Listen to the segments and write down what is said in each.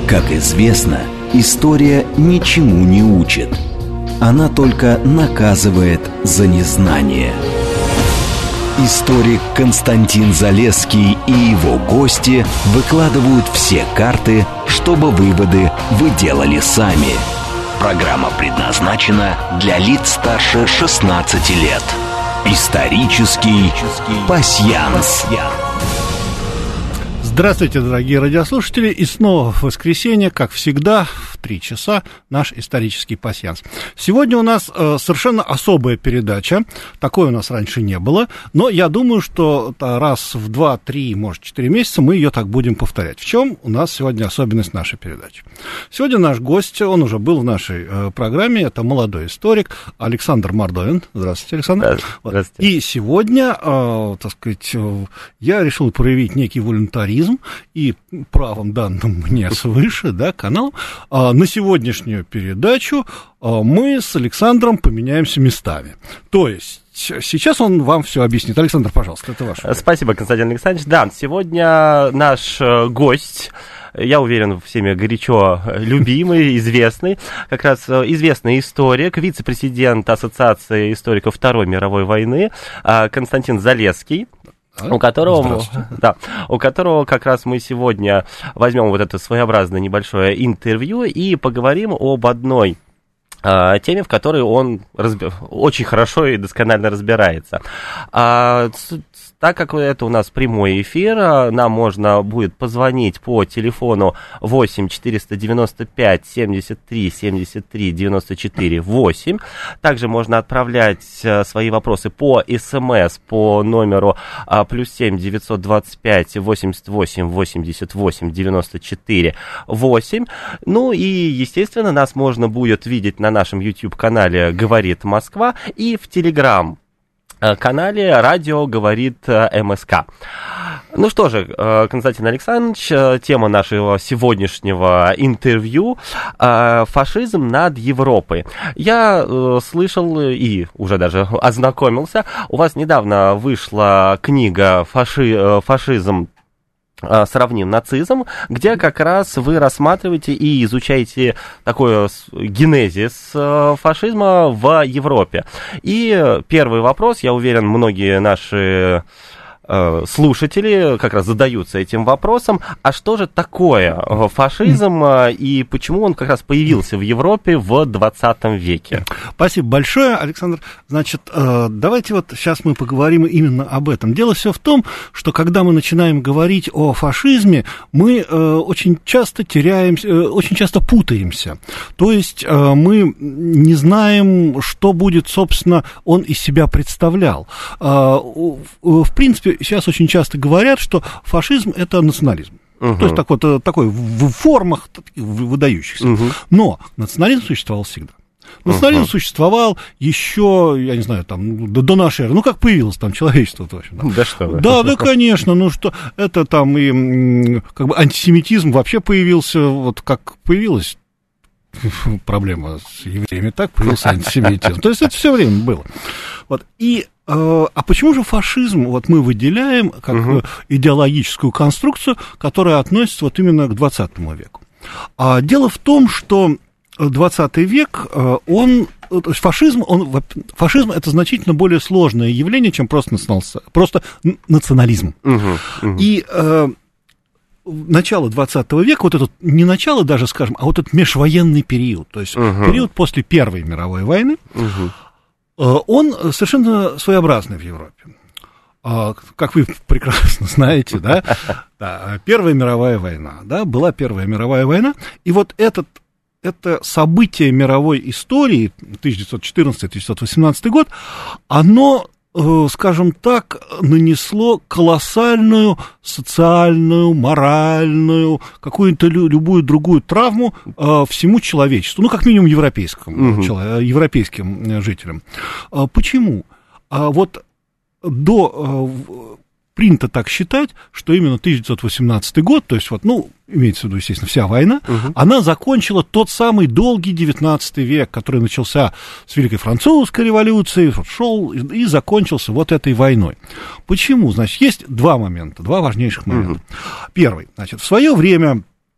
Как известно, история ничему не учит. Она только наказывает за незнание. Историк Константин Залесский и его гости выкладывают все карты, чтобы выводы вы делали сами. Программа предназначена для лиц старше 16 лет. Исторический пасьянс. Здравствуйте, дорогие радиослушатели, и снова в воскресенье, как всегда, в 3 часа наш исторический пасьянс. Сегодня у нас совершенно особая передача, такой у нас раньше не было, но я думаю, что раз в 2-3, может, 4 месяца мы ее так будем повторять. В чем у нас сегодня особенность нашей передачи? Сегодня наш гость, он уже был в нашей программе, это молодой историк Александр Мордовин. Здравствуйте, Александр. Здравствуйте. И сегодня, так сказать, я решил проявить некий волюнтаризм и правом данным мне свыше, да, канал, на сегодняшнюю передачу мы с Александром поменяемся местами. То есть сейчас он вам все объяснит. Александр, пожалуйста, это ваше. Спасибо, Константин Александрович. Да, сегодня наш гость, я уверен, всеми горячо любимый, известный, как раз известный историк, вице-президент Ассоциации историков Второй мировой войны Константин Залесский. У которого как раз мы сегодня возьмем вот это своеобразное небольшое интервью и поговорим об одной теме, в которой он очень хорошо и досконально разбирается. Так как это у нас прямой эфир, нам можно будет позвонить по телефону 8 495 73 73 94 8. Также можно отправлять свои вопросы по СМС по номеру +7 925 88 88 94 8. Ну и, естественно, нас можно будет видеть на нашем YouTube-канале «Говорит Москва» и в Telegram-канале «Радио говорит МСК». Ну что же, Константин Александрович, тема нашего сегодняшнего интервью – фашизм над Европой. Я слышал и уже даже ознакомился, у вас недавно вышла книга «Фашизм. Сравним нацизм», где как раз вы рассматриваете и изучаете такой генезис фашизма в Европе. И первый вопрос, я уверен, многие наши слушатели как раз задаются этим вопросом, а что же такое фашизм и почему он как раз появился в Европе в 20 веке? Спасибо большое, Александр. Значит, давайте вот сейчас мы поговорим именно об этом. Дело все в том, что когда мы начинаем говорить о фашизме, мы очень часто теряемся, очень часто путаемся. То есть мы не знаем, что будет, собственно, он из себя представлял. В принципе, сейчас очень часто говорят, что фашизм – это национализм. То есть такой в формах выдающихся. Но национализм существовал всегда. Национализм существовал еще, я не знаю, там, до нашей эры. Ну, как появилось там человечество, в общем. Да что вы. Да, конечно, ну что, это там и как бы антисемитизм вообще появился, вот как появилась проблема с евреями, так появился антисемитизм. То есть это все время было. Вот. А почему же фашизм вот мы выделяем как идеологическую конструкцию, которая относится вот именно к 20 веку? Дело в том, что 20 век, фашизм это значительно более сложное явление, чем просто национализм. И начало 20 века, вот этот, не начало даже, скажем, а вот этот межвоенный период, то есть период после Первой мировой войны, он совершенно своеобразный в Европе. Как вы прекрасно знаете, да, Первая мировая война, да, была Первая мировая война, и вот это событие мировой истории, 1914-1918 год, оно, скажем так, нанесло колоссальную социальную, моральную, какую-то любую другую травму всему человечеству, ну, как минимум европейским жителям. Почему? Вот принято так считать, что именно 1918 год, то есть вот, ну, имеется в виду, естественно, вся война, она закончила тот самый долгий 19 век, который начался с Великой Французской революции, шел и закончился вот этой войной. Почему? Значит, есть два важнейших момента. Первый, значит, в свое время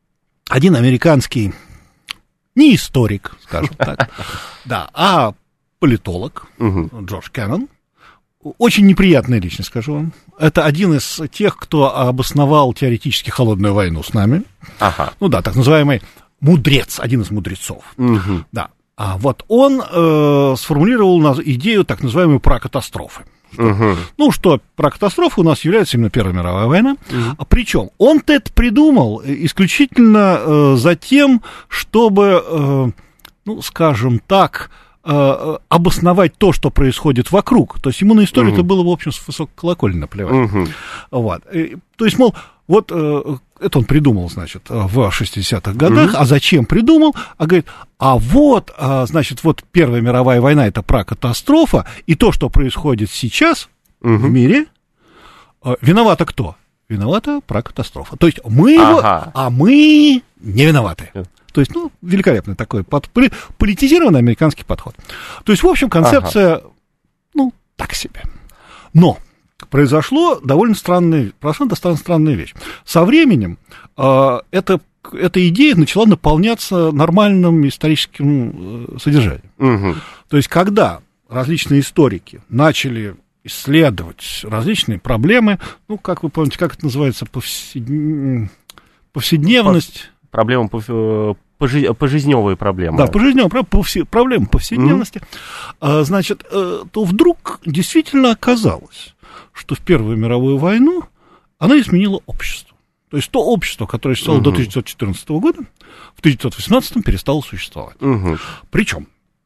один американский, не историк, скажем так, да, а политолог Джордж Кеннон. Очень неприятная личность, скажу вам. Это один из тех, кто обосновал теоретически холодную войну с нами. Ага. Ну да, так называемый мудрец, один из мудрецов. Да. А вот он сформулировал идею так называемой пракатастрофы. Ну, что пракатастрофа у нас является именно Первая мировая война. Причем он-то это придумал исключительно за тем, чтобы, ну, скажем так, обосновать то, что происходит вокруг. То есть ему на историю это было, в общем, с высокой колокольни наплевать. Вот. То есть, мол, вот это он придумал, значит, в 60-х годах. А зачем придумал? А говорит, а вот, значит, вот Первая мировая война — это пракатастрофа, и то, что происходит сейчас в мире, виновата кто? Виновата пракатастрофа. То есть мы его, а мы не виноваты. То есть, ну, великолепный такой политизированный американский подход. То есть, в общем, концепция, ну, так себе. Но произошла достаточно странная вещь. Со временем эта идея начала наполняться нормальным историческим содержанием. То есть, когда различные историки начали исследовать различные проблемы, ну, как вы помните, как это называется, повседневность... Проблемы пожизнёвые проблемы. Да, пожизнёвые проблемы повседневности. Значит, то вдруг действительно оказалось, что в Первую мировую войну она изменила общество. То есть то общество, которое существовало до 1914 года, в 1918 перестало существовать. Причем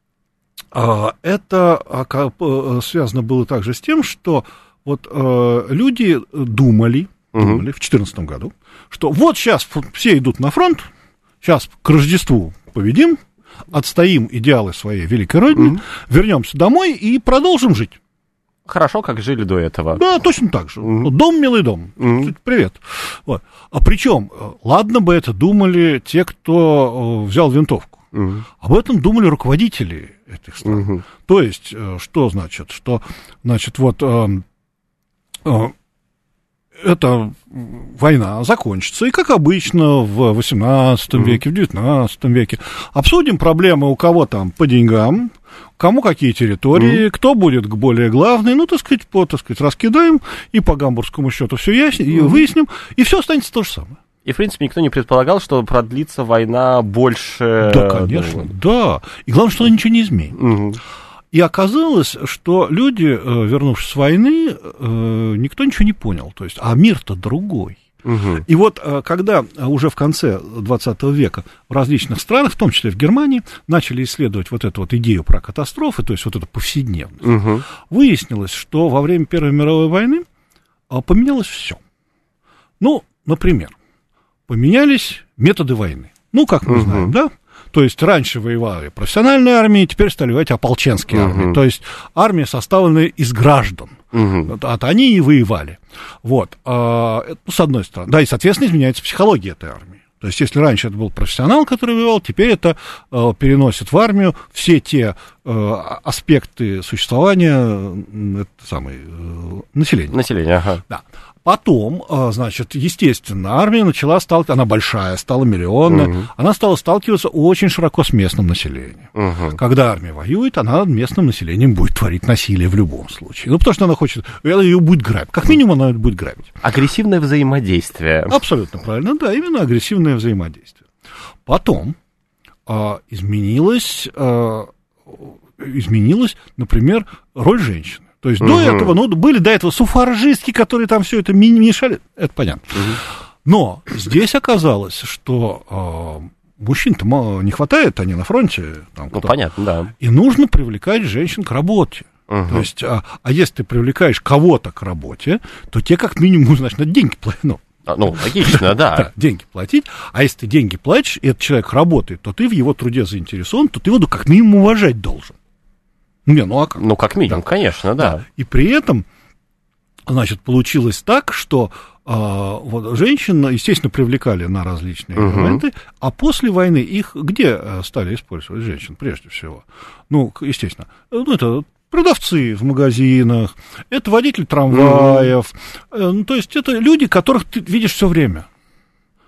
это связано было также с тем, что вот люди думали в 2014 году, что вот сейчас все идут на фронт, сейчас к Рождеству победим, отстоим идеалы своей великой Родины, вернемся домой и продолжим жить. Хорошо, как жили до этого. Да, точно так же. Дом, милый дом. Привет. Вот. А причем, ладно бы это думали те, кто взял винтовку. Об этом думали руководители этих стран. То есть, что значит? Что, значит, вот... эта война закончится, и, как обычно, в XVIII веке, в XIX веке обсудим проблемы, у кого там по деньгам, кому какие территории, кто будет более главный, ну, так сказать, раскидаем, и по гамбургскому счету все и выясним, и все останется то же самое. И, в принципе, никто не предполагал, что продлится война больше... Да, конечно, да. И главное, что она ничего не изменит. И оказалось, что люди, вернувшись с войны, никто ничего не понял. То есть, а мир-то другой. И вот, когда уже в конце 20 века в различных странах, в том числе в Германии, начали исследовать вот эту вот идею про катастрофы, то есть вот эту повседневность, выяснилось, что во время Первой мировой войны поменялось все. Ну, например, поменялись методы войны. Ну, как мы знаем, да? То есть раньше воевали профессиональные армии, теперь стали воевать ополченские армии. То есть армия, составленная из граждан. Вот они и воевали. Вот. С одной стороны. Да, и, соответственно, изменяется психология этой армии. То есть, если раньше это был профессионал, который воевал, теперь это переносит в армию все те аспекты существования населения. Население, ага. Да. Потом, значит, естественно, армия начала сталкиваться, она большая, стала миллионная, она стала сталкиваться очень широко с местным населением. Когда армия воюет, она над местным населением будет творить насилие в любом случае. Ну, потому что она хочет, ее будет грабить. Как минимум, она будет грабить. Агрессивное взаимодействие. Абсолютно правильно, да, именно агрессивное взаимодействие. Потом изменилась, например, роль женщины. То есть до этого, были до этого суфражистки, которые там все это мешали, это понятно. Но здесь оказалось, что мужчин-то не хватает, они на фронте. Там, понятно, да. И нужно привлекать женщин к работе. То есть, если ты привлекаешь кого-то к работе, то тебе как минимум, значит, надо деньги платить. Ну, логично, да. Деньги платить. А если ты деньги платишь, и этот человек работает, то ты в его труде заинтересован, то ты его как минимум уважать должен. А как? Как минимум, да. Конечно, да. И при этом, значит, получилось так, что вот женщин, естественно, привлекали на различные моменты, а после войны их где стали использовать женщин прежде всего? Естественно, это продавцы в магазинах, это водители трамваев, то есть это люди, которых ты видишь все время.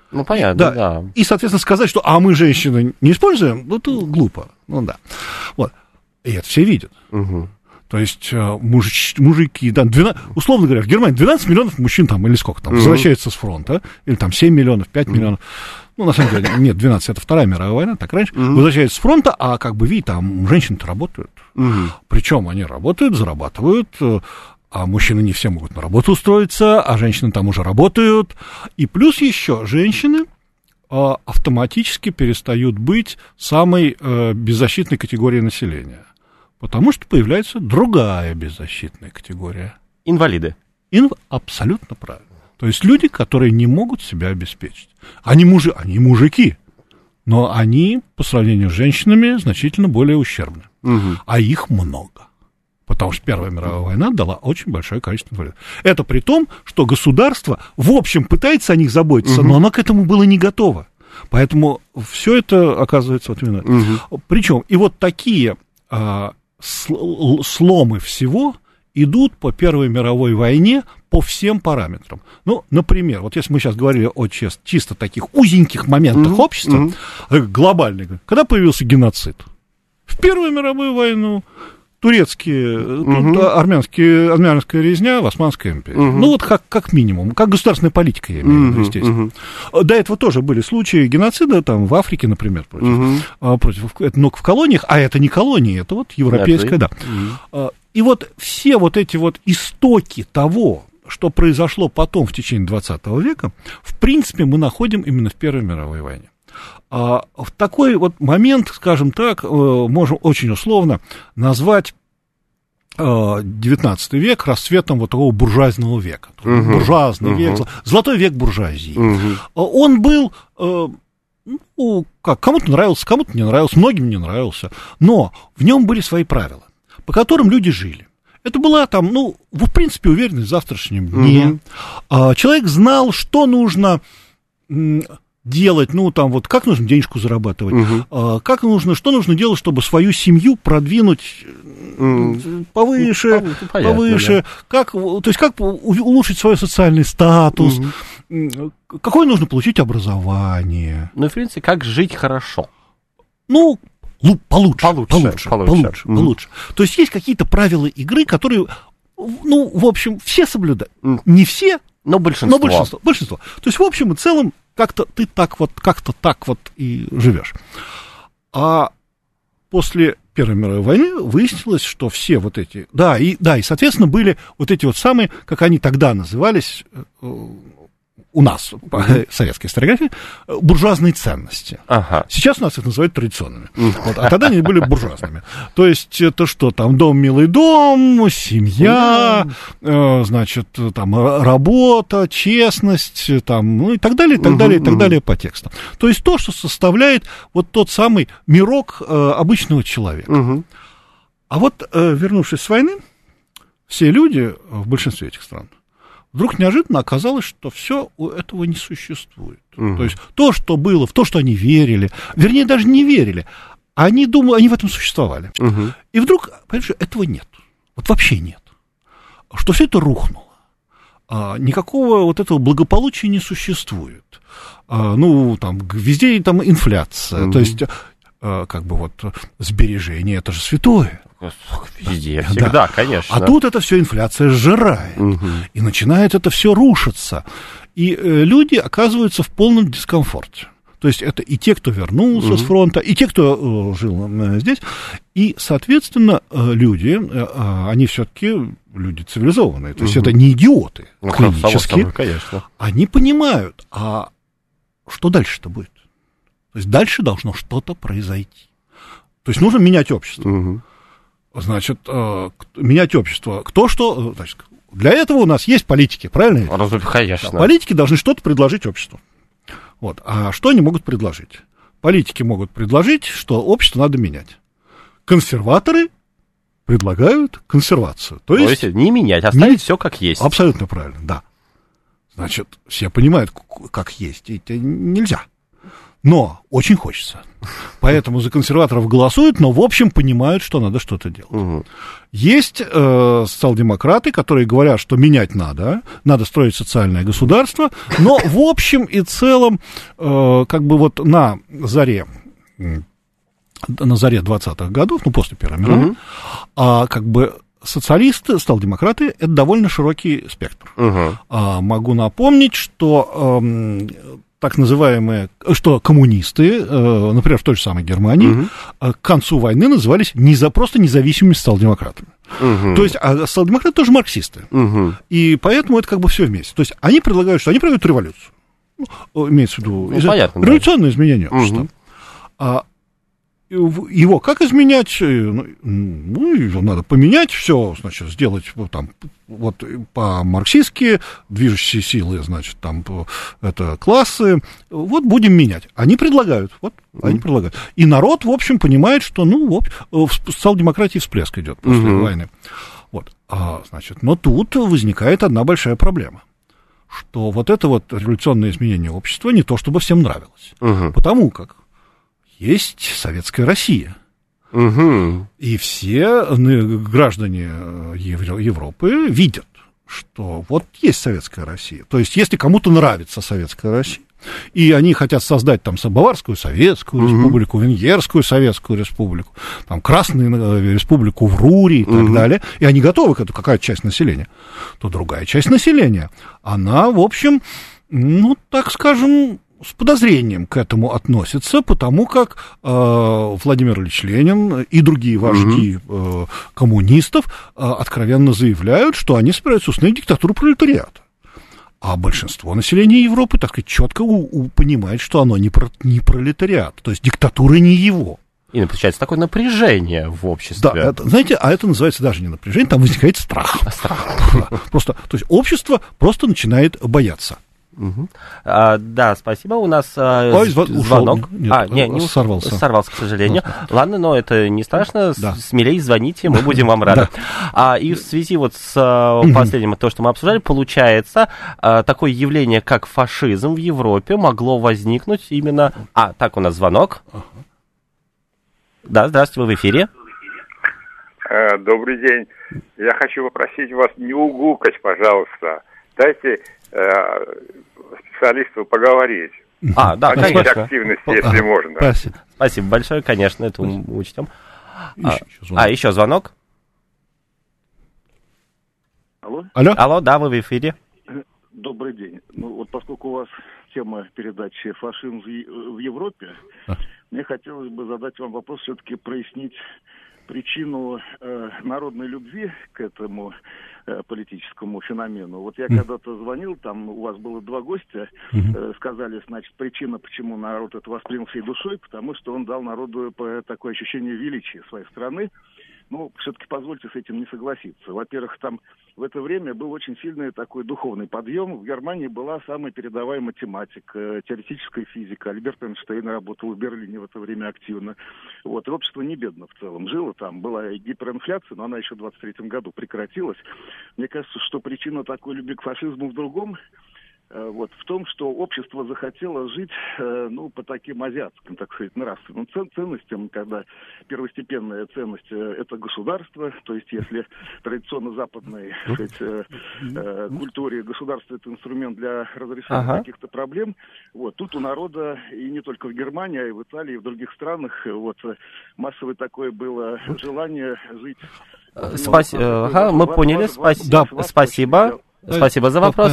Ну, понятно, да. И, соответственно, сказать, что мы, женщины, не используем, ну, это глупо. Ну, да. Вот. И это все видят. Угу. То есть мужики, да, условно говоря, в Германии 12 миллионов мужчин там, или сколько там, возвращаются с фронта, или там 7 миллионов, 5 миллионов. Ну, на самом деле, нет, 12, это Вторая мировая война, так раньше. Возвращаются с фронта, а как бы, видите, там женщины-то работают. Причем они работают, зарабатывают, а мужчины не все могут на работу устроиться, а женщины там уже работают. И плюс еще женщины автоматически перестают быть самой беззащитной категорией населения. Потому что появляется другая беззащитная категория. Инвалиды. Абсолютно правильно. То есть люди, которые не могут себя обеспечить. Они мужики, но они, по сравнению с женщинами, значительно более ущербны. А их много. Потому что Первая мировая война дала очень большое количество инвалидов. Это при том, что государство, в общем, пытается о них заботиться, но оно к этому было не готово. Поэтому все это оказывается вот именно. Причем и вот такие сломы всего идут по Первой мировой войне по всем параметрам. Ну, например, вот если мы сейчас говорили о чисто таких узеньких моментах общества, глобальных, когда появился геноцид? В Первую мировую войну армянская резня в Османской империи. Ну, вот как минимум, как государственная политика, я имею в виду, естественно. До этого тоже были случаи геноцида, там, в Африке, например, против но в колониях, а это не колонии, это вот европейская, да. И вот все вот эти вот истоки того, что произошло потом в течение 20 века, в принципе, мы находим именно в Первой мировой войне. В такой вот момент, скажем так, можем очень условно назвать 19 век расцветом вот такого буржуазного века. Буржуазный век, золотой век буржуазии. Он был, ну, как, кому-то нравился, кому-то не нравился, многим не нравился, но в нем были свои правила, по которым люди жили. Это была там, ну, в принципе, уверенность в завтрашнем дне. Человек знал, что нужно делать, ну, там, вот, как нужно денежку зарабатывать, как нужно, что нужно делать, чтобы свою семью продвинуть повыше, да. То есть, как улучшить свой социальный статус, какое нужно получить образование. Ну, в принципе, как жить хорошо. Ну, получше. То есть, есть какие-то правила игры, которые, ну, в общем, все соблюдают. Не все, но большинство. То есть, в общем и целом, как-то ты как-то так вот и живешь. А после Первой мировой войны выяснилось, что все вот эти... Да, и соответственно, были вот эти вот самые, как они тогда назывались, у нас, по советской историографии, буржуазные ценности. Сейчас у нас их называют традиционными. Вот, а тогда они были буржуазными. То есть это что там? Дом, милый дом, семья, значит, там работа, честность, там, ну и так далее, и так далее, и так далее по тексту. То есть то, что составляет вот тот самый мирок обычного человека. А вот, вернувшись с войны, все люди в большинстве этих стран вдруг неожиданно оказалось, что все у этого не существует. То есть то, что было, в то, что они верили, вернее, даже не верили, они думали, они в этом существовали. И вдруг, понимаешь, этого нет. Вот вообще нет. Что все это рухнуло. Никакого вот этого благополучия не существует. Ну, там, везде там инфляция. То есть, как бы вот сбережение, это же святое. Везде, всегда, да. Конечно. А тут это все инфляция сжирает, и начинает это все рушиться. И люди оказываются в полном дискомфорте. То есть это и те, кто вернулся с фронта, и те, кто жил здесь. И, соответственно, люди, они все-таки люди цивилизованные. То есть это не идиоты клинические. Конечно. Они понимают, а что дальше-то будет? То есть дальше должно что-то произойти. То есть нужно менять общество. Значит, менять общество. Кто что... Значит, для этого у нас есть политики, правильно? Конечно. Да, политики должны что-то предложить обществу. Вот. А что они могут предложить? Политики могут предложить, что общество надо менять. Консерваторы предлагают консервацию. То есть не менять, оставить все как есть. Абсолютно правильно, да. Значит, все понимают, как есть. Это нельзя. Но очень хочется. Поэтому за консерваторов голосуют, но в общем понимают, что надо что-то делать. Есть социал-демократы, которые говорят, что менять надо строить социальное государство, но в общем и целом, как бы вот на заре 20-х годов, ну, после Первой мировой, как бы социалисты, социал-демократы — это довольно широкий спектр. Могу напомнить, что так называемые, что коммунисты, например, в той же самой Германии, к концу войны назывались просто независимыми социал-демократами. То есть, а социал-демократы тоже марксисты. И поэтому это как бы все вместе. То есть, они предлагают, что они проведут революцию. Имеется в виду революционное изменение общества. Его как изменять? Ну, его надо поменять, все, значит, сделать там, вот по-марксистски, движущие силы, значит, там, это классы, вот будем менять. Они предлагают, они предлагают. И народ, в общем, понимает, что, в социал-демократии всплеск идет после войны. Вот, значит, но тут возникает одна большая проблема, что вот это вот революционное изменение общества не то чтобы всем нравилось, потому как есть Советская Россия. И все граждане Европы видят, что вот есть Советская Россия. То есть, если кому-то нравится Советская Россия, и они хотят создать там Баварскую Советскую Республику, Венгерскую Советскую Республику, там Красную Республику в Рури и так далее, и они готовы к этому, какая-то часть населения, то другая часть населения, она, в общем, так скажем, с подозрением к этому относится, потому как Владимир Ильич Ленин и другие вожди коммунистов откровенно заявляют, что они собираются установить диктатуру пролетариата. А большинство населения Европы, так сказать, четко понимает, что оно не пролетариат, то есть диктатура не его. И получается такое напряжение в обществе. Да, знаете, а это называется даже не напряжение, там возникает страх. Просто, то есть общество просто начинает бояться. Да, спасибо. У нас звонок. Не сорвался, к сожалению. Ладно, но это не страшно. Смелее звоните, мы будем вам рады. И в связи вот с последним, то, что мы обсуждали, получается, такое явление, как фашизм в Европе, могло возникнуть именно... Так, у нас звонок. Да, здравствуйте, вы в эфире. Добрый день. Я хочу попросить вас не угукать, пожалуйста. Дайте специалисту поговорить. Да, конечно. Активности, если можно. Спасибо большое, конечно, это учтем. Еще звонок. Алло, да, вы в эфире. Добрый день. Вот поскольку у вас тема передачи «Фашизм в Европе», мне хотелось бы задать вам вопрос, все-таки прояснить причину народной любви к этому политическому феномену. Вот я когда-то звонил, там у вас было 2 гостя, сказали, значит, причина, почему народ это воспринял всей душой, потому что он дал народу такое ощущение величия своей страны. Все-таки позвольте с этим не согласиться. Во-первых, там в это время был очень сильный такой духовный подъем. В Германии была самая передовая математика, теоретическая физика. Альберт Эйнштейн работал в Берлине в это время активно. И общество не бедно в целом жило. Там была гиперинфляция, но она еще в 23-м году прекратилась. Мне кажется, что причина такой любви к фашизму в другом. В том, что общество захотело жить, по таким азиатским, так сказать, нравственным ценностям, когда первостепенная ценность – это государство, то есть если традиционно западной, так сказать, культуре государство – это инструмент для разрешения каких-то проблем, тут у народа, и не только в Германии, а и в Италии, и в других странах, массовое такое было желание жить. Мы поняли, спасибо. Спасибо за вопрос.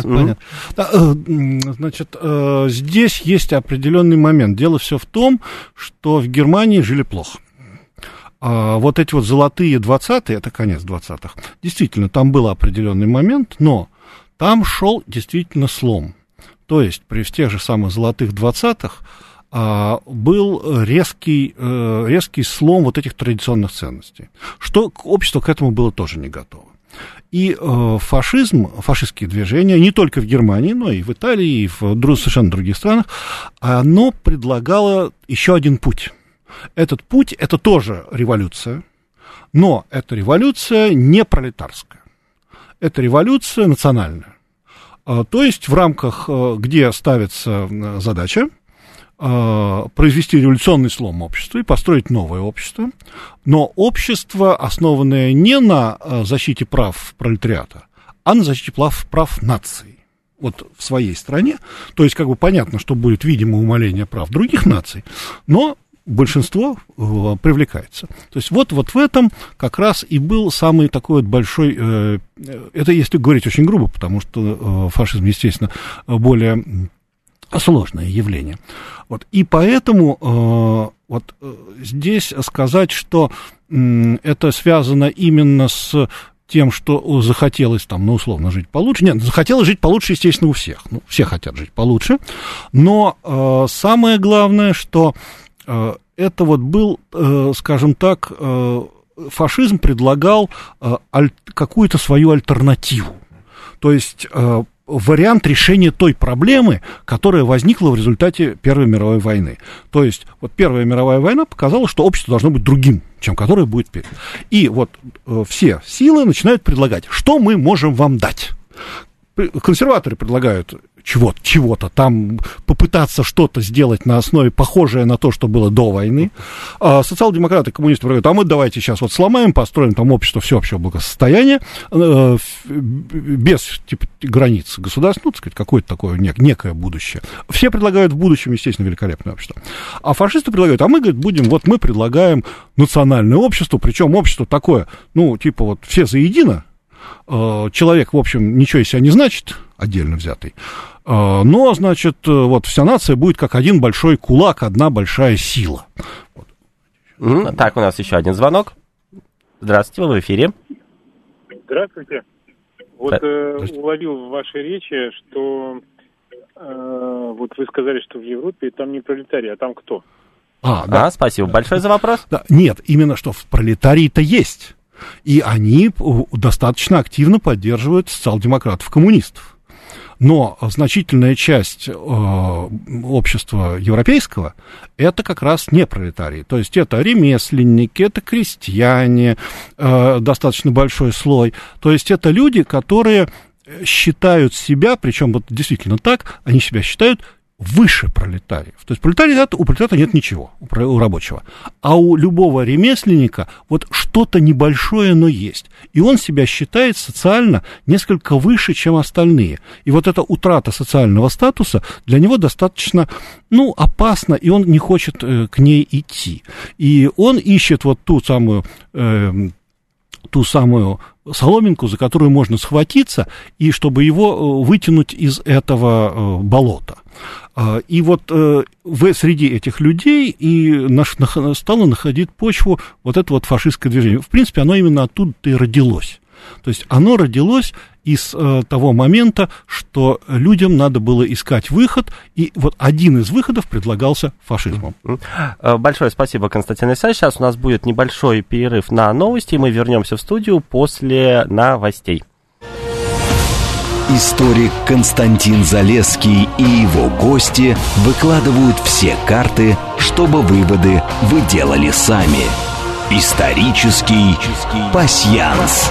Значит, здесь есть определенный момент. Дело все в том, что в Германии жили плохо. Вот эти золотые 20-е, это конец 20-х, действительно, там был определенный момент, но там шел действительно слом. То есть при тех же самых золотых 20-х был резкий слом вот этих традиционных ценностей, что общество к этому было тоже не готово. И фашистские движения, не только в Германии, но и в Италии, и в совершенно других странах, оно предлагало еще один путь. Этот путь – это тоже революция, но это революция не пролетарская, это революция национальная. То есть в рамках, где ставится задача произвести революционный слом общества и построить новое общество, но общество, основанное не на защите прав пролетариата, а на защите прав нации. Вот в своей стране, то есть как бы понятно, что будет видимо умаление прав других наций, но большинство привлекается. То есть вот в этом как раз и был самый такой вот большой, это если говорить очень грубо, потому что фашизм, естественно, более сложное явление. Вот. И поэтому вот здесь сказать, что это связано именно с тем, что захотелось там, ну, условно, жить получше. Нет, захотелось жить получше, естественно, у всех. Ну, все хотят жить получше. Но самое главное, что это вот был, скажем так, фашизм предлагал какую-то свою альтернативу. То есть вариант решения той проблемы, которая возникла в результате Первой мировой войны. То есть вот Первая мировая война показала, что общество должно быть другим, чем которое будет вперед. И вот все силы начинают предлагать, что мы можем вам дать. Консерваторы предлагают чего-то там, попытаться что-то сделать на основе, похожее на то, что было до войны. А социал-демократы, коммунисты предлагают, а мы давайте сейчас вот сломаем, построим там общество всеобщего благосостояния, без типа границ государства, ну, так сказать, какое-то такое некое будущее. Все предлагают в будущем, естественно, великолепное общество. А фашисты предлагают, а мы, говорит, мы предлагаем национальное общество, причем общество такое, ну, типа вот все заедино, человек, в общем, ничего из себя не значит, отдельно взятый, но, значит, вот вся нация будет как один большой кулак, одна большая сила. Вот. Так, у нас еще один звонок. Здравствуйте, вы в эфире. Здравствуйте. Вот уловил в вашей речи, что вот вы сказали, что в Европе там не пролетарий, а там кто? Да, спасибо большое за вопрос. Да, нет, именно что в пролетарии-то есть. И они достаточно активно поддерживают социал-демократов-коммунистов. Но значительная часть общества европейского – это как раз не пролетарии. То есть это ремесленники, это крестьяне, достаточно большой слой. То есть это люди, которые считают себя, причем вот действительно так, они себя считают выше пролетариев. То есть у пролетариата нет ничего, у рабочего. А у любого ремесленника вот что-то небольшое, но есть. И он себя считает социально несколько выше, чем остальные. И вот эта утрата социального статуса для него достаточно, ну, опасна, и он не хочет к ней идти. И он ищет вот ту самую соломинку, за которую можно схватиться, и чтобы его вытянуть из этого болота. И вот среди этих людей и стало находить почву вот это вот фашистское движение. В принципе, оно именно оттуда-то и родилось. То есть оно родилось из того момента, что людям надо было искать выход, и вот один из выходов предлагался фашизмом. Большое спасибо, Константин Александрович. Сейчас у нас будет небольшой перерыв на новости, и мы вернемся в студию после новостей. Историк Константин Залесский и его гости выкладывают все карты, чтобы выводы вы делали сами. Исторический пасьянс.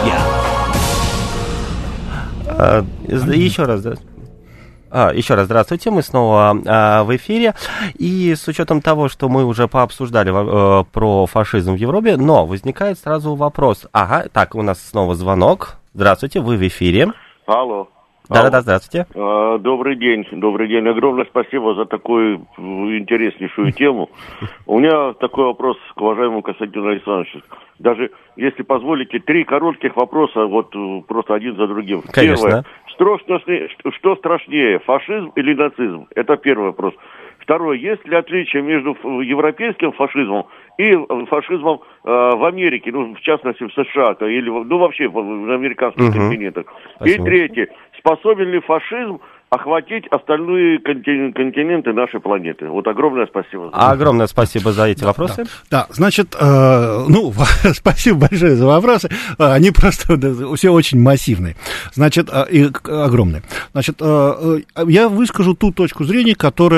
Еще раз здравствуйте, мы снова в эфире. И с учетом того, что мы уже пообсуждали про фашизм в Европе, но возникает сразу вопрос. Так, у нас снова звонок. Здравствуйте, вы в эфире. Алло. Да, здравствуйте. Добрый день. Огромное спасибо за такую интереснейшую тему. У меня такой вопрос к уважаемому Константину Александровичу. Даже, если позволите, 3 коротких вопроса, вот просто один за другим. Конечно. Первое. Что страшнее, фашизм или нацизм? Это первый вопрос. Второе. Есть ли отличие между европейским фашизмом и фашизмом в Америке, ну, в частности, в США, или, ну, вообще в американских континентах? Спасибо. И третье. Способен ли фашизм охватить остальные континенты нашей планеты? Вот огромное спасибо. Огромное спасибо за эти вопросы. Да, значит, спасибо большое за вопросы. Они просто все очень массивные. Значит, и огромные. Значит, я выскажу ту точку зрения, которая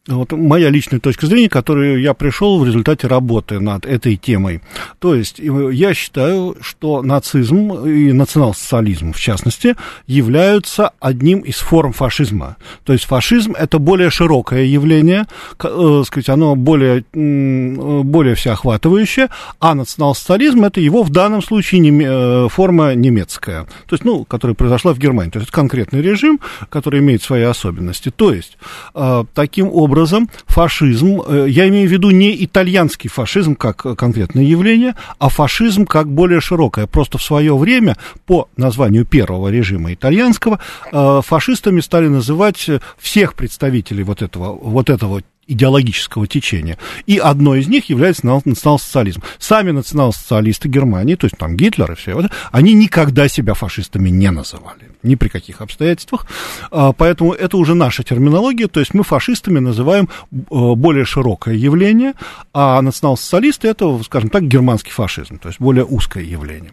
вот моя личная точка зрения, к которой я пришел в результате работы над этой темой. То есть я считаю, что нацизм и национал-социализм, в частности, являются одним из форм фашизма. То есть фашизм – это более широкое явление, сказать, оно более всеохватывающее, а национал-социализм – это его в данном случае форма немецкая, то есть, которая произошла в Германии. То есть это конкретный режим, который имеет свои особенности. То есть таким образом фашизм, я имею в виду не итальянский фашизм как конкретное явление, а фашизм как более широкое. Просто в свое время, по названию первого режима итальянского, фашистами стали называть всех представителей вот этого идеологического течения. И одной из них является национал-социализм. Сами национал-социалисты Германии, то есть там Гитлер и все, они никогда себя фашистами не называли. Ни при каких обстоятельствах. Поэтому это уже наша терминология, то есть мы фашистами называем более широкое явление, а национал-социалисты это, скажем так, германский фашизм, то есть более узкое явление.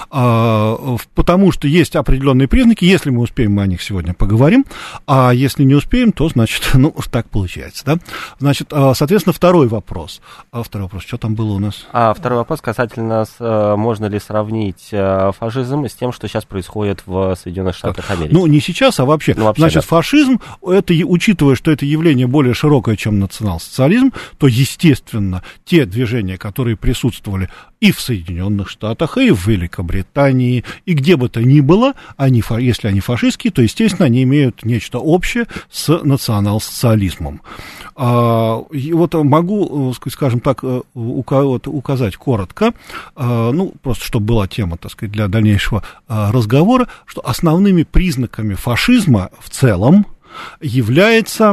Потому что есть определенные признаки, если мы успеем, мы о них сегодня поговорим, а если не успеем, то, значит, так получается, да? Значит, соответственно, второй вопрос, что там было у нас? Второй вопрос касательно, можно ли сравнить фашизм с тем, что сейчас происходит в Соединенных Штатах Америки? Не сейчас, а вообще. Значит, да. Фашизм, это, учитывая, что это явление более широкое, чем национал-социализм, то, естественно, те движения, которые присутствовали и в Соединенных Штатах, и в Великобритании, и где бы то ни было, если они фашистские, то, естественно, они имеют нечто общее с национал-социализмом. И вот могу, скажем так, указать коротко, просто чтобы была тема, так сказать, для дальнейшего разговора, что основными признаками фашизма в целом является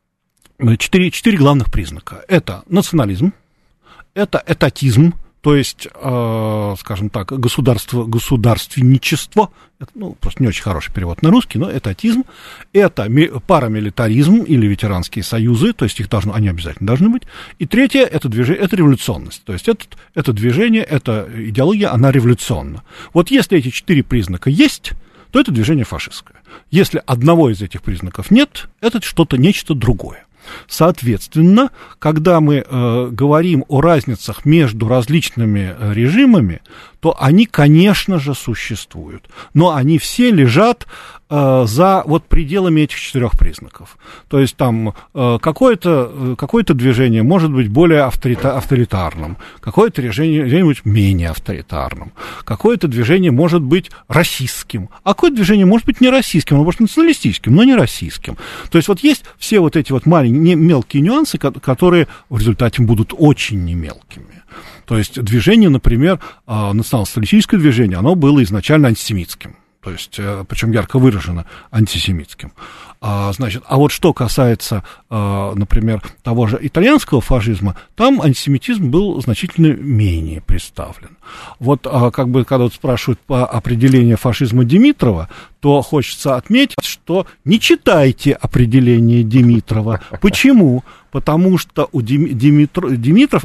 4 главных признака. Это национализм, это этатизм, то есть, скажем так, государственничество, это, просто не очень хороший перевод на русский, но этатизм, это парамилитаризм или ветеранские союзы, то есть они обязательно должны быть, и третье, это революционность, то есть это движение, эта идеология, она революционна. Вот если эти 4 признака есть, то это движение фашистское. Если одного из этих признаков нет, это нечто другое. Соответственно, когда мы говорим о разницах между различными режимами, то они, конечно же, существуют, но они все лежат за пределами этих 4 признаков. То есть там какое-то движение может быть более авторитарным, какое-то движение может быть менее авторитарным, какое-то движение может быть расистским, а какое-то движение может быть не расистским, оно может быть националистическим, но не российским. То есть есть все эти маленькие, мелкие нюансы, которые в результате будут очень немелкими. То есть движение, например, национал-социалистическое движение, оно было изначально антисемитским. То есть, причем ярко выражено антисемитским. А вот что касается, например, того же итальянского фашизма, там антисемитизм был значительно менее представлен. Вот когда спрашивают по определению фашизма Димитрова, то хочется отметить, что не читайте определение Димитрова. Почему? Потому что у Димитров,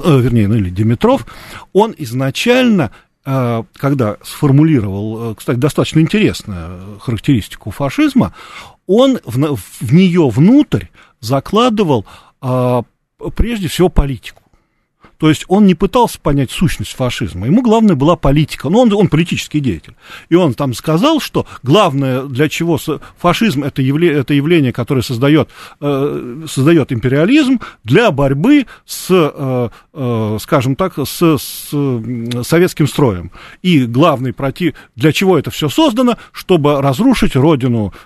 он изначально, когда сформулировал, кстати, достаточно интересную характеристику фашизма, он в нее внутрь закладывал прежде всего политику. То есть он не пытался понять сущность фашизма, ему главное была политика, он политический деятель. И он там сказал, что главное, для чего фашизм это явление, которое создает империализм для борьбы с, скажем так, с советским строем. И главный для чего это все создано, чтобы разрушить родину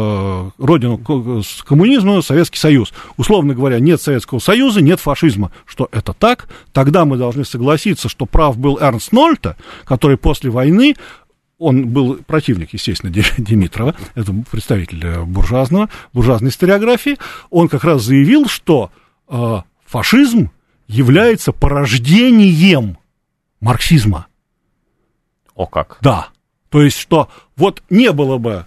коммунизма, Советский Союз. Условно говоря, нет Советского Союза, нет фашизма. Что это так? Тогда мы должны согласиться, что прав был Эрнст Нольте, который после войны, он был противник, естественно, Димитрова, это представитель буржуазной историографии, он как раз заявил, что фашизм является порождением марксизма. О как? Да. То есть, что не было бы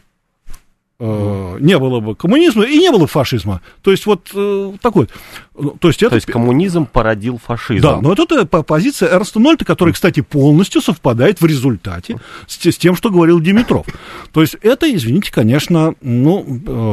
коммунизма и не было бы фашизма. То есть, такой. То есть коммунизм породил фашизм. Да, но это позиция Эрнста Нольте, которая, кстати, полностью совпадает в результате с тем, что говорил Димитров. То есть, это, извините, конечно,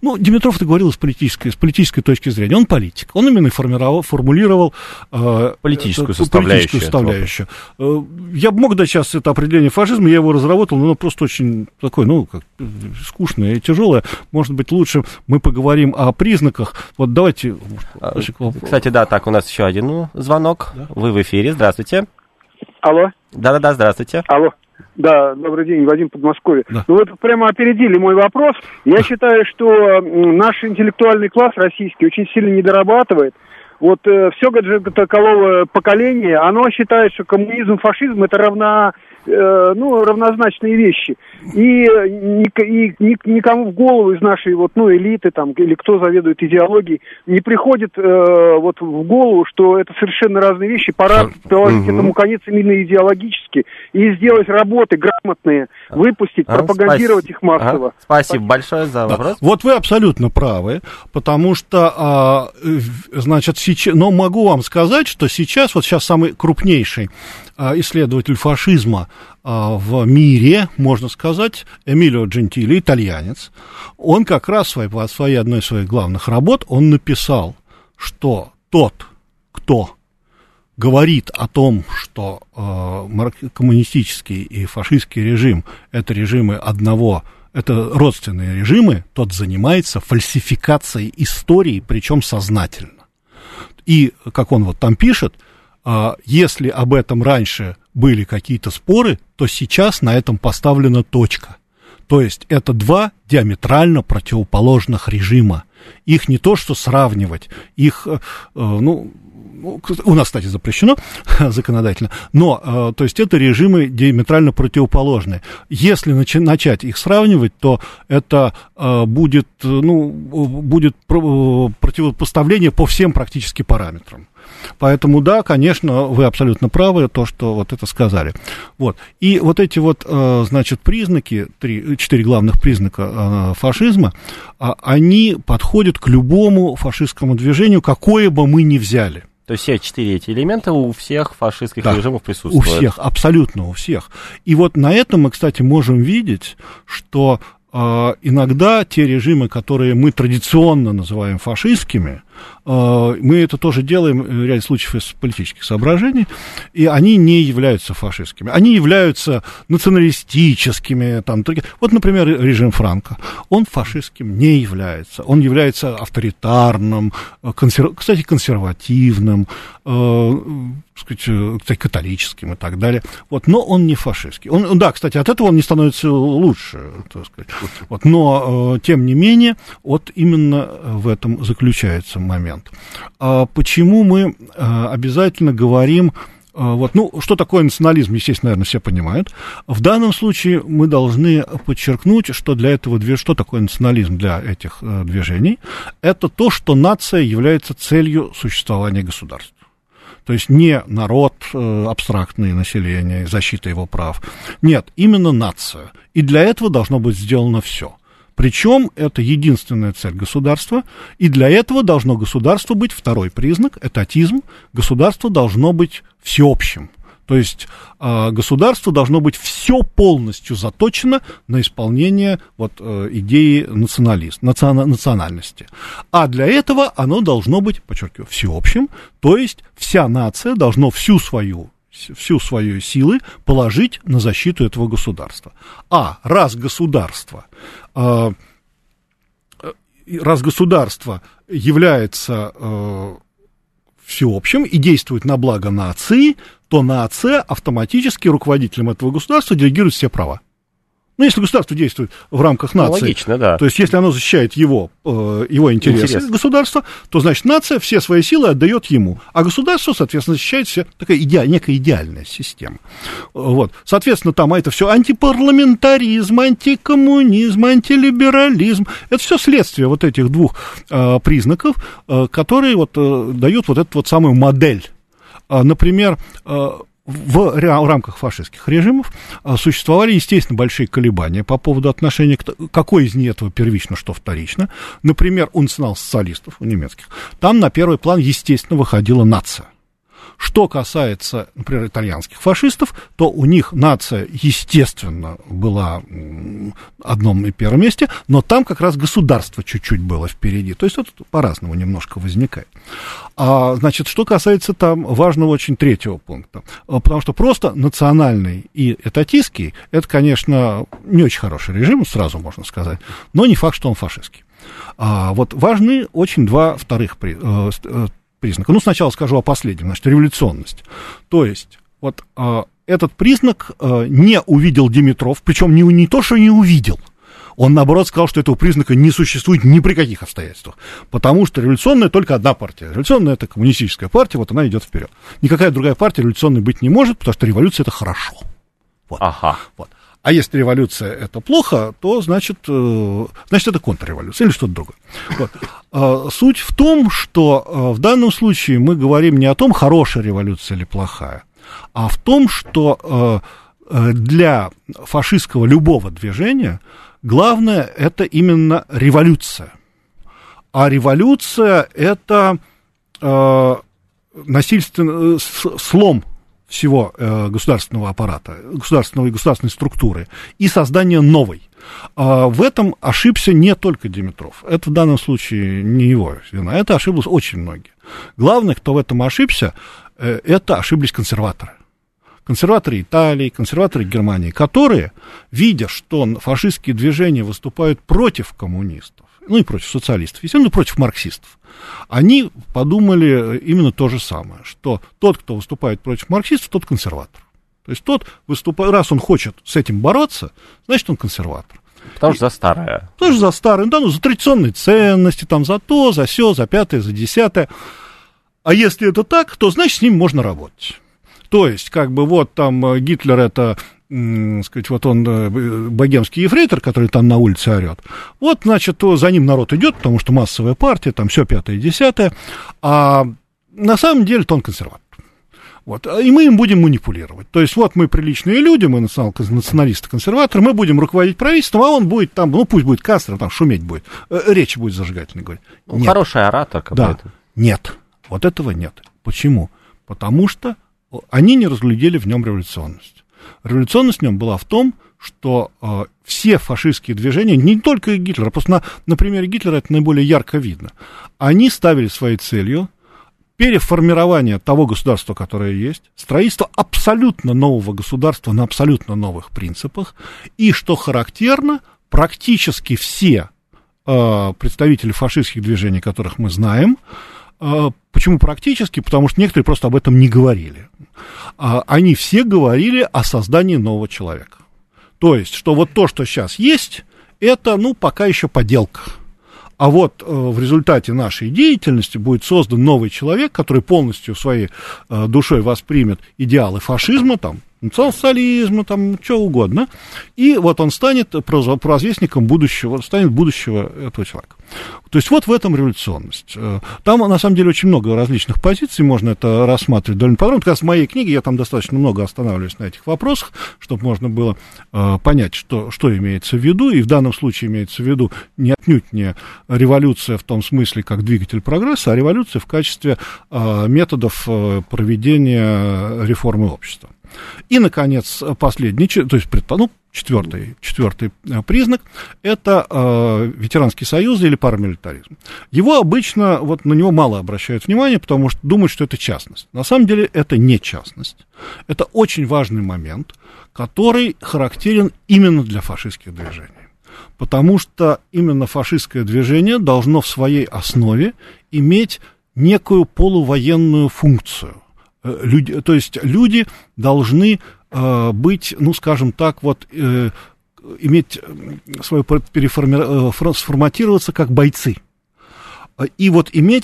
Ну, Димитров это говорил с политической точки зрения. Он политик. Он именно формулировал политическую составляющую. Я бы мог дать сейчас это определение фашизма, я его разработал, но оно просто очень такое, скучное и тяжелое. Может быть, лучше мы поговорим о признаках. Вот давайте... Кстати, да, так, у нас еще один звонок. Да? Вы в эфире, здравствуйте. Алло. Да-да-да, здравствуйте. Алло. Да, добрый день, Вадим, Подмосковье. Да. Ну, вы прямо опередили мой вопрос. Я считаю, что наш интеллектуальный класс российский очень сильно недорабатывает. Вот все гаджетоголовое поколение, оно считает, что коммунизм, фашизм — это равнозначные вещи. И никому в голову из нашей элиты там, или кто заведует идеологией не приходит в голову, что это совершенно разные вещи. Пора положить этому конец именно идеологически и сделать работы грамотные, выпустить, пропагандировать их массово. Спасибо большое за вопрос. Да. Вот вы абсолютно правы, потому что, но могу вам сказать, что сейчас самый крупнейший исследователь фашизма в мире, можно сказать, Эмилио Джентили, итальянец, он как раз в своей одной из своих главных работ, он написал, что тот, кто говорит о том, что коммунистический и фашистский режим — это режимы это родственные режимы, тот занимается фальсификацией истории, причем сознательно. И, как он там пишет, если об этом раньше были какие-то споры, то сейчас на этом поставлена точка. То есть это два диаметрально противоположных режима. Их не то что сравнивать, их, у нас, кстати, запрещено законодательно, но, то есть это режимы диаметрально противоположные. Если начать их сравнивать, то это будет противопоставление по всем практически параметрам. Поэтому, да, конечно, вы абсолютно правы, то, что это сказали. И эти признаки, 4 главных признака фашизма, они подходят к любому фашистскому движению, какое бы мы ни взяли. То есть все 4 эти элемента у всех фашистских режимов присутствуют? У всех, абсолютно у всех. И на этом мы, кстати, можем видеть, что иногда те режимы, которые мы традиционно называем фашистскими, мы это тоже делаем в ряде случаев из политических соображений, и они не являются фашистскими. Они являются националистическими. Например, режим Франко. Он фашистским не является. Он является авторитарным, кстати, консервативным, кстати, католическим и так далее. Но он не фашистский. Кстати, от этого он не становится лучше, так сказать. Но, тем не менее, именно в этом заключается момент. Почему мы обязательно говорим, что такое национализм, естественно, наверное, все понимают. В данном случае мы должны подчеркнуть, что для этого что такое национализм для этих движений, это то, что нация является целью существования государства. То есть не народ, абстрактное население, защита его прав. Нет, именно нация. И для этого должно быть сделано все. Причем это единственная цель государства, и для этого должно государство быть, второй признак, этатизм, государство должно быть всеобщим. То есть государство должно быть все полностью заточено на исполнение идеи национальности. А для этого оно должно быть, подчеркиваю, всеобщим, то есть вся нация должна всю свою силы положить на защиту этого государства. Раз государство является всеобщим и действует на благо нации, то нация автоматически руководителем этого государства делегирует все права. Если государство действует в рамках нации, логично, да. То есть если оно защищает его интересы государства, то, значит, нация все свои силы отдает ему, а государство, соответственно, защищает все, такая некая идеальная система. Соответственно, там это все антипарламентаризм, антикоммунизм, антилиберализм, это все следствие этих двух признаков, которые дают эту самую модель. Например, в рамках фашистских режимов существовали, естественно, большие колебания по поводу отношения к какой из них этого первично, что вторично. Например, у национал-социалистов, у немецких, там на первый план, естественно, выходила нация. Что касается, например, итальянских фашистов, то у них нация, естественно, была в одном и первом месте, но там как раз государство чуть-чуть было впереди. То есть это по-разному немножко возникает. Значит, что касается там важного очень третьего пункта, потому что просто национальный и этатистский, это, конечно, не очень хороший режим, сразу можно сказать, но не факт, что он фашистский. Вот важны очень два вторых признака. Сначала скажу о последнем, значит, революционность. То есть, вот этот признак не увидел Димитров, причем не то, что не увидел, он, наоборот, сказал, что этого признака не существует ни при каких обстоятельствах, потому что революционная только одна партия. Революционная — это коммунистическая партия, вот она идет вперед. Никакая другая партия революционной быть не может, потому что революция — это хорошо. Вот. Ага. Вот. А если революция — это плохо, то, значит, это контрреволюция или что-то другое. Вот. Суть в том, что в данном случае мы говорим не о том, хорошая революция или плохая, а в том, что для фашистского любого движения главное — это именно революция. А революция — это насильственный слом всего государственного аппарата, государственной структуры и создание новой. В этом ошибся не только Димитров. Это в данном случае не его вина. Это ошиблось очень многие. Главное, кто в этом ошибся, это ошиблись консерваторы. Консерваторы Италии, консерваторы Германии, которые, видя, что фашистские движения выступают против коммунистов, и против социалистов, естественно, против марксистов, они подумали именно то же самое, что тот, кто выступает против марксистов, тот консерватор. То есть тот выступает, раз он хочет с этим бороться, значит, он консерватор. Потому что за старое. Тоже за старое, за традиционные ценности, за то, за сё, за пятое, за десятое. А если это так, то, значит, с ним можно работать. То есть, Гитлер — это, он богемский ефрейтор, который там на улице орет. Вот, значит, за ним народ идет, потому что массовая партия, там все пятое, десятое. А на самом деле-то он консерватор. Вот, и мы им будем манипулировать. То есть, мы приличные люди, мы националисты-консерваторы, мы будем руководить правительством, а он будет там, пусть будет канцлером, там шуметь будет, речи будет зажигательной говорить. Хороший оратор какой-то. Да, нет, вот этого нет. Почему? Потому что они не разглядели в нем революционность. Революционность в нем была в том, что все фашистские движения, не только Гитлера, просто на примере Гитлера это наиболее ярко видно, они ставили своей целью переформирование того государства, которое есть, строительство абсолютно нового государства на абсолютно новых принципах, и, что характерно, практически все представители фашистских движений, которых мы знаем, почему практически? Потому что некоторые просто об этом не говорили. Они все говорили о создании нового человека. То есть, что вот то, что сейчас есть, это, пока еще поделка. А вот в результате нашей деятельности будет создан новый человек, который полностью своей душой воспримет идеалы фашизма, социализма, что угодно, и вот он станет провозвестником будущего этого человека. То есть вот в этом революционность. Там, на самом деле, очень много различных позиций, можно это рассматривать довольно подробно. Как раз в моей книге я там достаточно много останавливаюсь на этих вопросах, чтобы можно было понять, что имеется в виду, и в данном случае имеется в виду отнюдь не революция в том смысле, как двигатель прогресса, а революция в качестве методов проведения реформы общества. И, наконец, последний, то есть, четвертый признак – это ветеранские союзы или парамилитаризм. Его обычно, на него мало обращают внимание, потому что думают, что это частность. На самом деле это не частность. Это очень важный момент, который характерен именно для фашистских движений. Потому что именно фашистское движение должно в своей основе иметь некую полувоенную функцию. То есть люди должны быть, иметь свое сформатироваться как бойцы. И иметь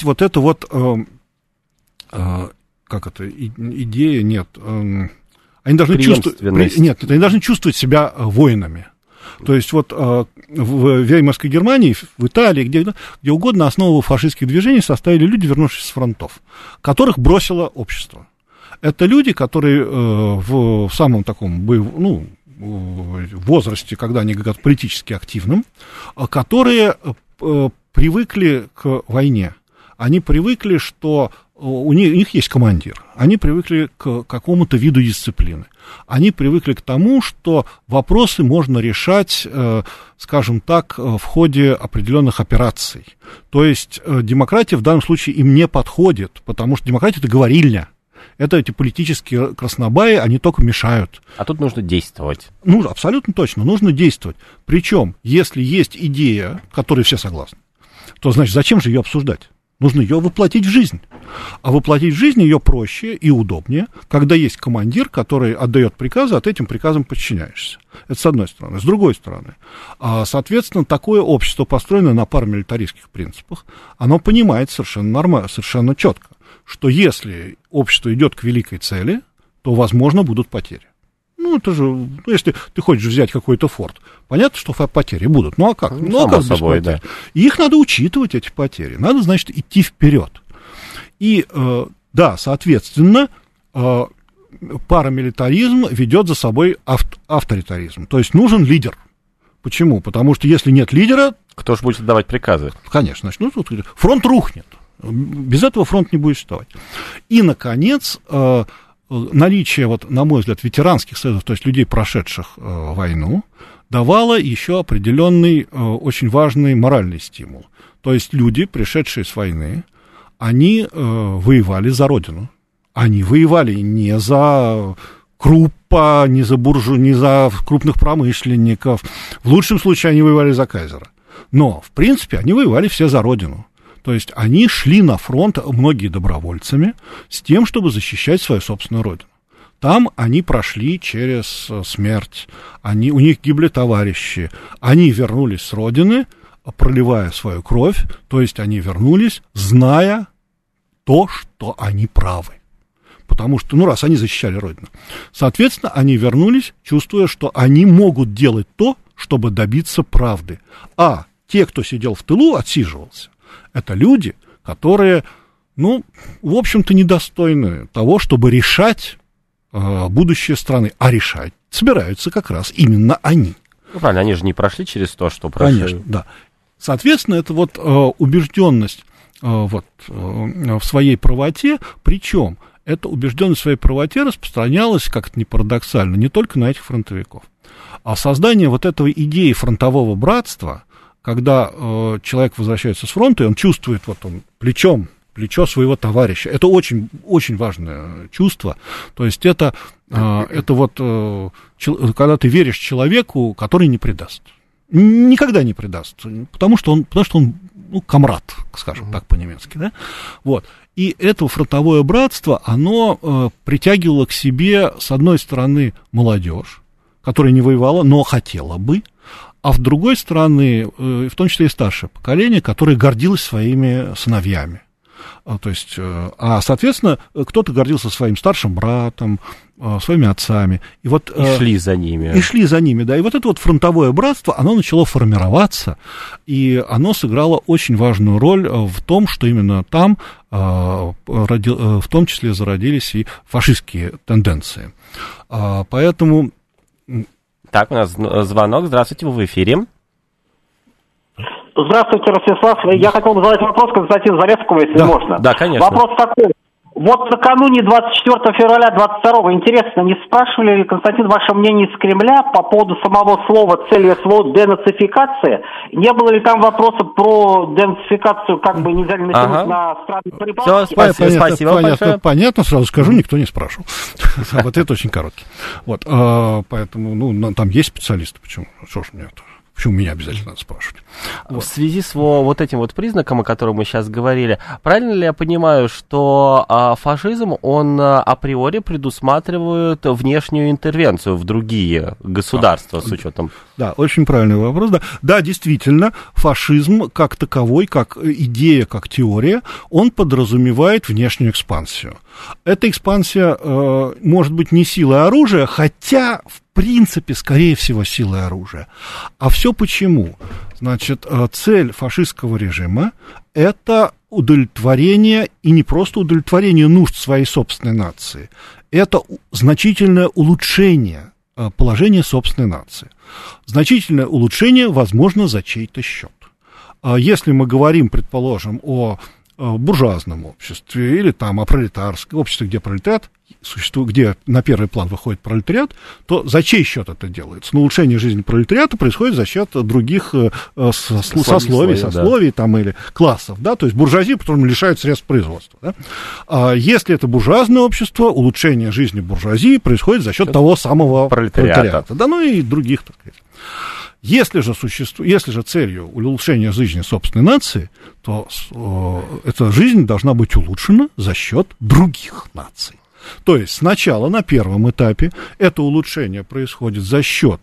идея, нет. Они должны чувствовать себя воинами. То есть в Веймарской Германии, в Италии, где угодно основу фашистских движений составили люди, вернувшиеся с фронтов, которых бросило общество. Это люди, которые в самом таком возрасте, когда они говорят политически активным, которые привыкли к войне. Они привыкли, что у них есть командир, они привыкли к какому-то виду дисциплины, они привыкли к тому, что вопросы можно решать, скажем так, в ходе определенных операций. То есть демократия в данном случае им не подходит, потому что демократия — это говорильня. Это эти политические краснобаи, они только мешают. А тут нужно действовать. Ну, абсолютно точно, нужно действовать. Причем, если есть идея, которой все согласны, то, значит, зачем же ее обсуждать? Нужно ее воплотить в жизнь. А воплотить в жизнь ее проще и удобнее, когда есть командир, который отдает приказы, а ты этим приказам подчиняешься. Это с одной стороны. С другой стороны, соответственно, такое общество, построенное на парамилитаристских принципах, оно понимает совершенно нормально, совершенно четко, что если общество идет к великой цели, то, возможно, будут потери. Ну, это же, если ты хочешь взять какой-то форт, понятно, что потери будут. Ну, а как? Ну, а как без потерь? Да. И их надо учитывать, эти потери. Надо, значит, идти вперед. И, да, соответственно, парамилитаризм ведет за собой авторитаризм. То есть нужен лидер. Почему? Потому что если нет лидера... Кто же будет отдавать приказы? Конечно, значит, ну, тут фронт рухнет. Без этого фронт не будет существовать. И, наконец... наличие, вот, на мой взгляд, ветеранских союзов, то есть людей, прошедших войну, давало еще определенный, очень важный моральный стимул. То есть люди, пришедшие с войны, они воевали за Родину. Они воевали не за Круппа, не за не за крупных промышленников. В лучшем случае они воевали за кайзера. Но, в принципе, они воевали все за Родину. То есть они шли на фронт, многие добровольцами, с тем, чтобы защищать свою собственную родину. Там они прошли через смерть, у них гибли товарищи, они вернулись с родины, проливая свою кровь, то есть они вернулись, зная то, что они правы. Потому что, ну, раз они защищали родину, соответственно, они вернулись, чувствуя, что они могут делать то, чтобы добиться правды. А те, кто сидел в тылу, отсиживался, это люди, которые, ну, в общем-то, недостойны того, чтобы решать будущее страны. А решать собираются как раз именно они. Ну, правильно, они же не прошли через то, что прошли. Конечно, да. Соответственно, это вот убежденность вот, в своей правоте, причем эта убежденность в своей правоте распространялась, как это ни парадоксально, не только на этих фронтовиков. А создание вот этого идеи фронтового братства, когда человек возвращается с фронта, и он чувствует, вот он плечо своего товарища. Это очень, очень важное чувство. То есть это вот, когда ты веришь человеку, который не предаст. Никогда не предаст, потому что он ну, комрад, скажем так по-немецки, да? Вот. И это фронтовое братство, оно притягивало к себе, с одной стороны, молодежь, которая не воевала, но хотела бы, а с другой стороны, в том числе и старшее поколение, которое гордилось своими сыновьями. То есть, соответственно, кто-то гордился своим старшим братом, своими отцами. И шли за ними. И шли за ними, да. И вот это вот фронтовое братство, оно начало формироваться, и оно сыграло очень важную роль в том, что именно там, в том числе, зародились и фашистские тенденции. Поэтому... Так, у нас звонок. Здравствуйте, вы в эфире. Здравствуйте, Ростислав. Я хотел бы задать вопрос Константину Зарецкому, если можно. Да, конечно. Вопрос такой. Вот накануне 24 февраля 22-го, интересно, не спрашивали ли, Константин, ваше мнение из Кремля по поводу самого слова, цели СВО, денацификация? Не было ли там вопроса про денацификацию, как бы нельзя ли натянуть на страны Прибалтики? Все, спасибо. Понятно, сразу скажу, никто не спрашивал. Вот это очень короткий. Вот, поэтому, ну, там есть специалисты, почему? Что ж мне это? Почему меня обязательно надо спрашивать? В связи с вот этим вот признаком, о котором мы сейчас говорили, правильно ли я понимаю, что фашизм, он априори предусматривает внешнюю интервенцию в другие государства с учетом? Да, очень правильный вопрос. Да, действительно, фашизм как таковой, как идея, как теория, он подразумевает внешнюю экспансию. Эта экспансия может быть не силой оружия, хотя в принципе, скорее всего, силой оружия. А все почему? Значит, цель фашистского режима – это удовлетворение, и не просто удовлетворение нужд своей собственной нации, это значительное улучшение положения собственной нации. Значительное улучшение возможно за чей-то счет. Если мы говорим, предположим, о буржуазном обществе или там о пролетарском обществе, где пролетариат существует, где на первый план выходит пролетариат, то за чей счет это делается? Но улучшение жизни пролетариата происходит за счет других сословий там, или классов, да, то есть буржуазии, которым лишают средств производства. Да? А если это буржуазное общество, улучшение жизни буржуазии происходит за счет того самого пролетариата. Да, ну и других, так сказать. Если же целью улучшения жизни собственной нации, то эта жизнь должна быть улучшена за счет других наций. То есть сначала на первом этапе это улучшение происходит за счет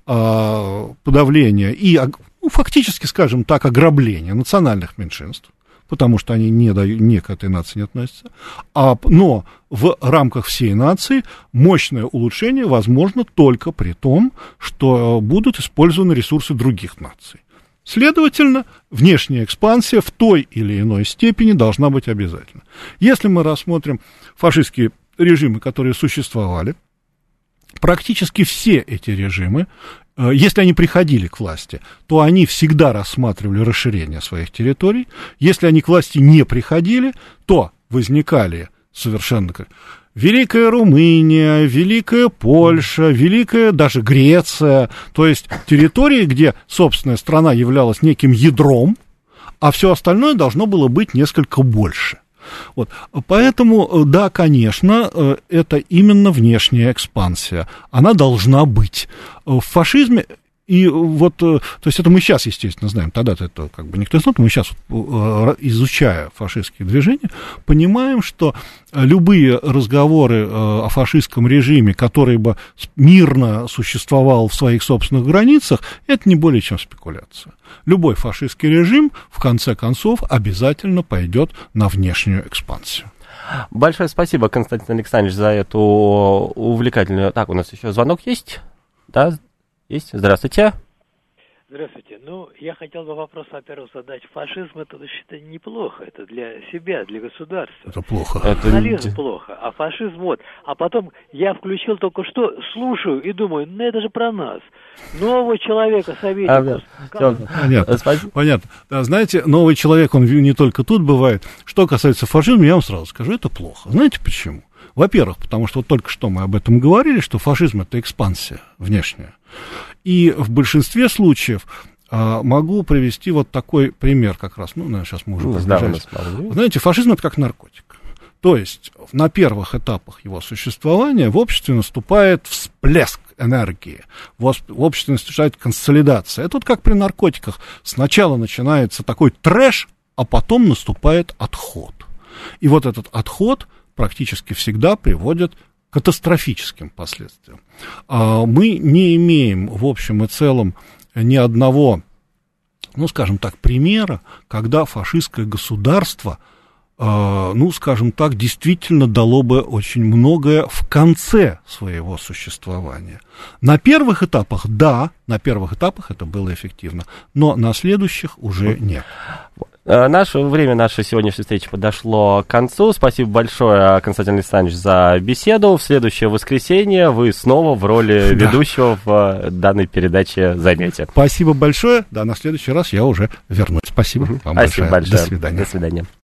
подавления и, фактически, скажем так, ограбления национальных меньшинств, потому что они не к этой нации не относятся, но в рамках всей нации мощное улучшение возможно только при том, что будут использованы ресурсы других наций. Следовательно, внешняя экспансия в той или иной степени должна быть обязательна. Если мы рассмотрим фашистские режимы, которые существовали, практически все эти режимы, если они приходили к власти, то они всегда рассматривали расширение своих территорий. Если они к власти не приходили, то возникали совершенно Великая Румыния, Великая Польша, Великая даже Греция, то есть территории, где собственная страна являлась неким ядром, а все остальное должно было быть несколько больше. Вот. Поэтому, да, конечно, это именно внешняя экспансия. Она должна быть. В фашизме, и вот, то есть это мы сейчас, естественно, знаем, тогда-то это как бы никто не знал, мы сейчас, изучая фашистские движения, понимаем, что любые разговоры о фашистском режиме, который бы мирно существовал в своих собственных границах, это не более чем спекуляция. Любой фашистский режим, в конце концов, обязательно пойдет на внешнюю экспансию. Большое спасибо, Константин Александрович, за эту увлекательную... Так, у нас еще звонок есть? Да, есть. Здравствуйте. Здравствуйте. Ну, я хотел бы вопрос, во-первых, задать. Фашизм — это, вообще-то, неплохо. Это для себя, для государства. Это плохо. Национализм плохо, а фашизм вот. А потом я включил только что, слушаю и думаю, ну это же про нас. Нового человека, советников. Понятно. Да, знаете, новый человек, он не только тут бывает. Что касается фашизма, я вам сразу скажу, это плохо. Знаете почему? Во-первых, потому что вот только что мы об этом говорили, что фашизм — это экспансия внешняя. И в большинстве случаев могу привести вот такой пример как раз. Ну, наверное, сейчас мы уже приближаемся. Знаете, фашизм — это как наркотик. То есть на первых этапах его существования в обществе наступает всплеск энергии, в обществе наступает консолидация. Это вот как при наркотиках. Сначала начинается такой трэш, а потом наступает отход. И вот этот отход практически всегда приводит к катастрофическим последствиям. Мы не имеем в общем и целом ни одного, ну, скажем так, примера, когда фашистское государство, ну, скажем так, действительно дало бы очень многое в конце своего существования. На первых этапах, да, на первых этапах это было эффективно, но на следующих уже нет. Время нашей сегодняшней встречи подошло к концу. Спасибо большое, Константин Александрович, за беседу. В следующее воскресенье вы снова в роли ведущего в данной передаче займете. Спасибо большое. Да, на следующий раз я уже вернусь. Спасибо вам большое. До свидания. До свидания.